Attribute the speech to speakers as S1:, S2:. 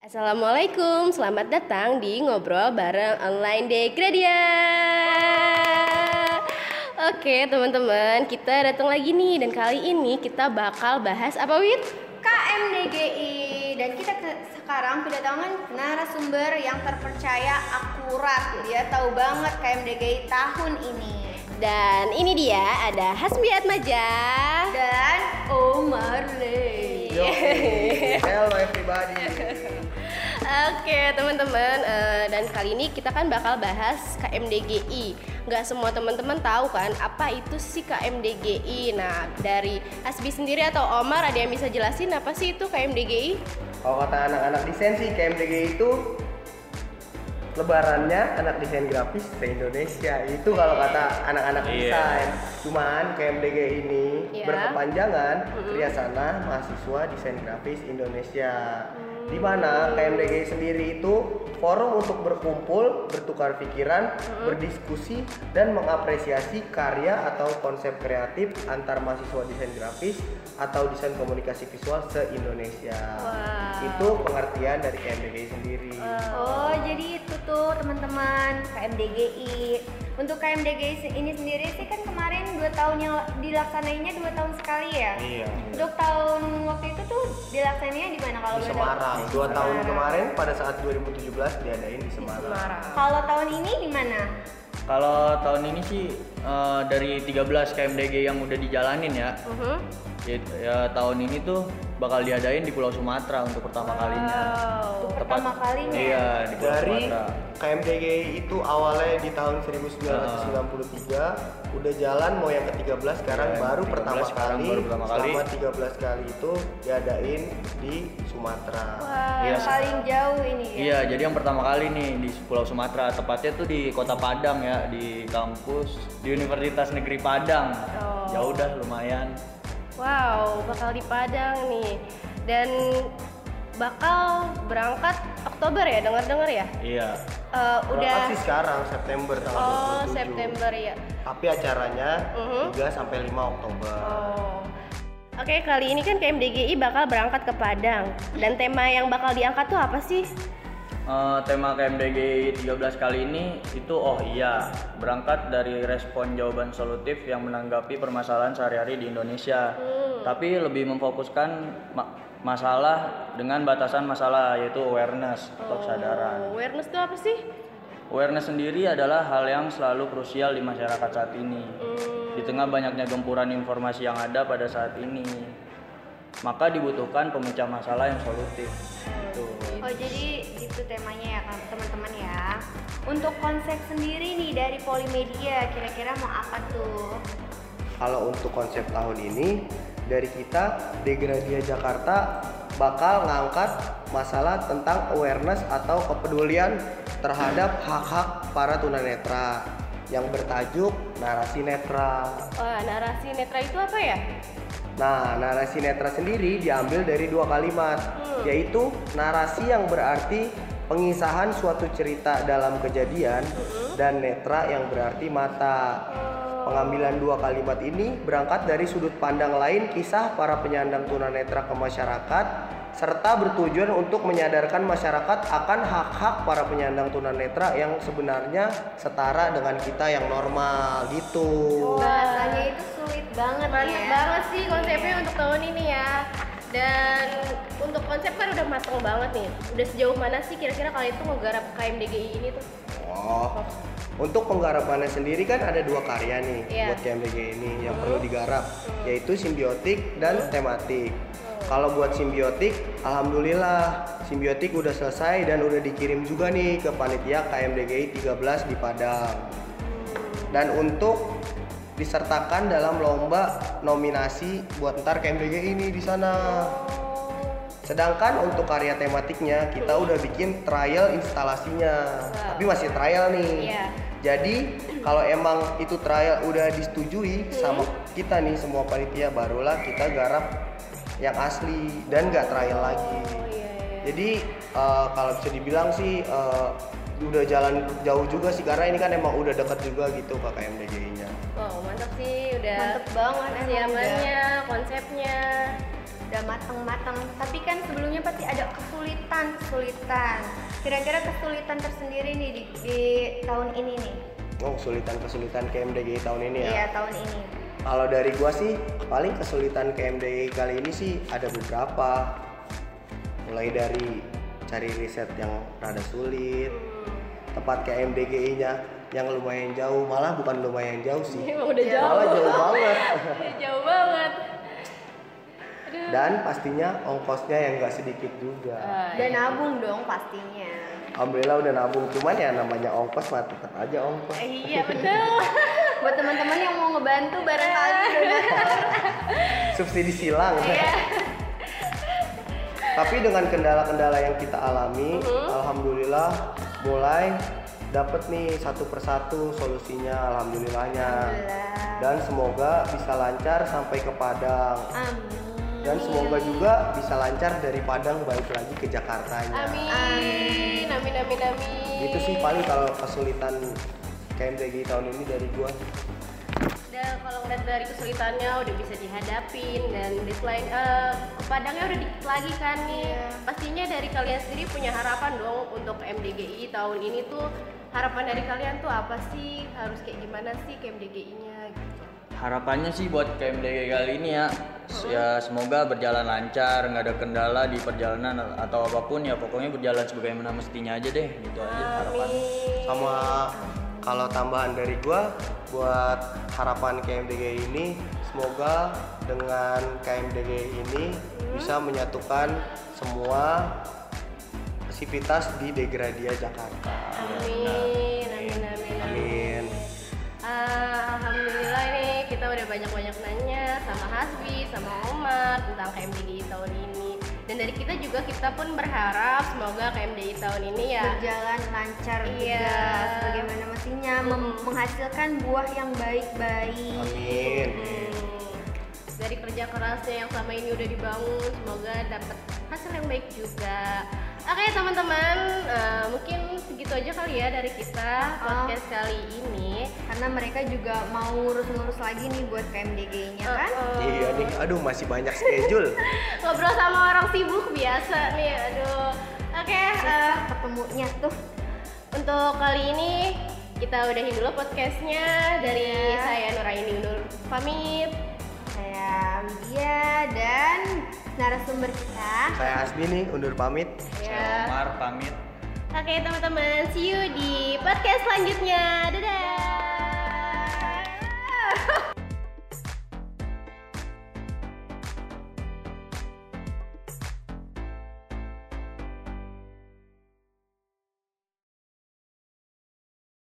S1: Assalamualaikum, selamat datang di Ngobrol Bareng Online Degradia. Oke teman-teman, kita datang lagi nih. Dan kali ini kita bakal bahas apa, Wit?
S2: KMDGI. Dan kita sekarang kedatangan narasumber yang terpercaya akurat. Dia tahu banget KMDGI tahun ini.
S1: Dan ini dia, ada Hasbi Atmaja
S2: dan Omar Lee.
S3: Hello everybody.
S1: Oke teman-teman, dan kali ini kita kan bakal bahas KMDGI. Nggak semua teman-teman tahu kan apa itu sih KMDGI. Nah, dari Hasbi sendiri atau Omar ada yang bisa jelasin apa sih itu KMDGI?
S3: Kalau kata anak-anak desain sih KMDGI itu lebarannya anak desain grafis se-Indonesia. Itu kalau kata anak-anak desain. Cuman KMDGI ini berkepanjangan Kriasana Mahasiswa Desain Grafis Indonesia. Di mana KMDGI sendiri itu forum untuk berkumpul, bertukar pikiran, berdiskusi, dan mengapresiasi karya atau konsep kreatif antar mahasiswa desain grafis atau desain komunikasi visual se-Indonesia. Itu pengertian dari KMDGI sendiri.
S2: Oh, jadi itu tuh teman-teman KMDGI. Untuk KMDGI ini sendiri sih kan kemarin 2 tahun yang dilaksanainya 2 tahun sekali ya.
S3: Iya.
S2: Untuk tahun waktu itu tuh dilaksanainya di mana kalau
S3: Di
S2: boleh tahu?
S3: Semarang. 2 tahun kemarin pada saat 2017 diadain di Semarang.
S2: Kalau tahun ini di mana?
S4: Kalau tahun ini sih dari 13 KMDG yang udah dijalanin ya. Ya, tahun ini tuh bakal diadain di Pulau Sumatera untuk pertama kalinya.
S2: Untuk pertama kalinya.
S4: Iya, di Pulau
S3: Dari
S4: Sumatera.
S3: KMDGI itu awalnya di tahun 1993 udah jalan mau yang ke-13 sekarang
S4: Ya,
S3: baru
S4: 13
S3: pertama
S4: sekarang
S3: kali.
S4: baru pertama kali.
S3: Selama 13 kali itu diadain di Sumatera.
S2: Wah,
S4: Iya.
S2: paling jauh ini ya.
S4: Iya, jadi yang pertama kali nih di Pulau Sumatera, tepatnya tuh di Kota Padang ya, di kampus di Universitas Negeri Padang. Jauh dah lumayan.
S1: Wow, bakal di Padang nih. Dan bakal berangkat Oktober ya, dengar-dengar ya?
S4: Iya.
S1: Udah.
S3: Berangkat sih sekarang September tanggal 27.
S1: September ya.
S3: Tapi acaranya 3 sampai 5 Oktober.
S1: Oke, kali ini kan KMDGI bakal berangkat ke Padang. Dan tema yang bakal diangkat tuh apa sih?
S4: Tema KMDG 13 kali ini itu berangkat dari respon jawaban solutif yang menanggapi permasalahan sehari-hari di Indonesia. Tapi lebih memfokuskan masalah dengan batasan masalah, yaitu awareness atau kesadaran.
S1: Awareness tuh apa sih?
S4: Awareness sendiri adalah hal yang selalu krusial di masyarakat saat ini. Di tengah banyaknya gempuran informasi yang ada pada saat ini, maka dibutuhkan pemecah masalah yang solutif.
S2: Oh, jadi itu temanya ya teman-teman ya. Untuk konsep sendiri nih dari Polimedia kira-kira mau apa tuh?
S3: Kalau untuk konsep tahun ini dari kita Degradia Jakarta bakal ngangkat masalah tentang awareness atau kepedulian terhadap hak-hak para tunanetra yang bertajuk narasi netra.
S1: Wah, narasi netra itu apa ya?
S3: Nah, narasi netra sendiri diambil dari 2 kalimat, yaitu narasi yang berarti pengisahan suatu cerita dalam kejadian dan netra yang berarti mata. Pengambilan 2 kalimat ini berangkat dari sudut pandang lain kisah para penyandang tunanetra ke masyarakat serta bertujuan untuk menyadarkan masyarakat akan hak-hak para penyandang tunanetra yang sebenarnya setara dengan kita yang normal gitu.
S2: Bahasanya itu sulit banget
S1: Mantap
S2: ya.
S1: banget sih konsepnya untuk tahun ini ya. Dan untuk konsep kan udah mateng banget nih. Udah sejauh mana sih kira-kira kalian itu ngegarap KMDGI ini tuh?
S3: Untuk penggarapannya sendiri kan ada 2 karya nih buat KMDG ini yang perlu digarap, yaitu simbiotik dan tematik. Kalau buat simbiotik, alhamdulillah simbiotik udah selesai dan udah dikirim juga nih ke panitia KMDGI 13 di Padang. Dan untuk disertakan dalam lomba nominasi buat ntar KMDGI ini di sana. Sedangkan untuk karya tematiknya kita udah bikin trial instalasinya, tapi masih trial nih. Jadi kalau emang itu trial udah disetujui sama kita nih semua panitia, barulah kita garap yang asli dan nggak trial lagi. Jadi kalau bisa dibilang sih udah jalan jauh juga sih, karena ini kan emang udah dekat juga gitu ke KMDGI-nya.
S1: Wow, mantap sih, udah
S2: Mantep banget
S1: persiapannya, konsepnya.
S2: udah mateng-mateng. Tapi kan sebelumnya pasti ada kesulitan. Kira-kira kesulitan tersendiri nih di tahun ini nih.
S3: Oh, kesulitan KMDGI tahun ini ya?
S2: Iya, tahun ini.
S3: Kalau dari gua sih, paling kesulitan KMDGI kali ini sih ada beberapa. Mulai dari cari riset yang rada sulit, tempat KMDGI-nya yang lumayan jauh, malah bukan lumayan jauh sih.
S1: Emang udah jauh.
S3: Malah jauh banget.
S1: Jauh banget.
S3: Dan pastinya ongkosnya yang nggak sedikit juga.
S2: Dan nabung dong pastinya.
S3: Alhamdulillah udah nabung, cuman ya namanya ongkos mah tetap aja ongkos.
S1: Iya betul.
S2: Buat teman-teman yang mau ngebantu barangkali donatur.
S3: Subsidi silang. Tapi dengan kendala-kendala yang kita alami, alhamdulillah mulai dapat nih satu persatu solusinya, alhamdulillahnya. Dan semoga bisa lancar sampai ke Padang.
S2: Amin.
S3: Dan semoga juga bisa lancar dari Padang balik lagi ke Jakartanya.
S1: Amin.
S3: Gitu sih paling kalau kesulitan KMDGI tahun ini dari gua.
S1: Dan kalau ngeliat dari kesulitannya udah bisa dihadapin dan deadline Padangnya udah dikit lagi kan nih. Pastinya dari kalian sendiri punya harapan dong untuk MDGI tahun ini tuh. Harapan dari kalian tuh apa sih? Harus kayak gimana sih KMDGI-nya gitu.
S4: Harapannya sih buat KMDGI kali ini ya semoga berjalan lancar, nggak ada kendala di perjalanan atau apapun ya, pokoknya berjalan sebagaimana mestinya aja deh, gitu aja harapan.
S3: Sama kalau tambahan dari gua buat harapan KMDGI ini, semoga dengan KMDGI ini bisa menyatukan semua aktivitas di Degradia Jakarta. Amin.
S1: Alhamdulillah nih kita udah banyak nanya sama Hasbi, sama Omar tentang KMDGI tahun ini. Dan dari kita juga, kita pun berharap semoga KMDGI tahun ini ya
S2: berjalan lancar juga sebagaimana mestinya, menghasilkan buah yang baik-baik.
S3: Amin.
S1: Dari kerja kerasnya yang selama ini udah dibangun, semoga dapat hasil yang baik juga. Oke teman-teman, mungkin segitu aja kali ya dari kita podcast kali ini.
S2: Karena mereka juga mau ngurus-ngurus lagi nih buat KMDGI-nya kan?
S3: Iya nih, aduh masih banyak schedule.
S1: Ngobrol sama orang sibuk biasa nih, aduh. Oke,
S2: ketemunya tuh.
S1: Untuk kali ini kita udahin dulu podcastnya. Dari saya Nuraini undur pamit.
S2: Saya Widya dan narasumber kita.
S3: Saya Hasbi nih undur pamit.
S4: Saya Omar pamit.
S1: Oke teman-teman, see you di podcast selanjutnya. Dadah.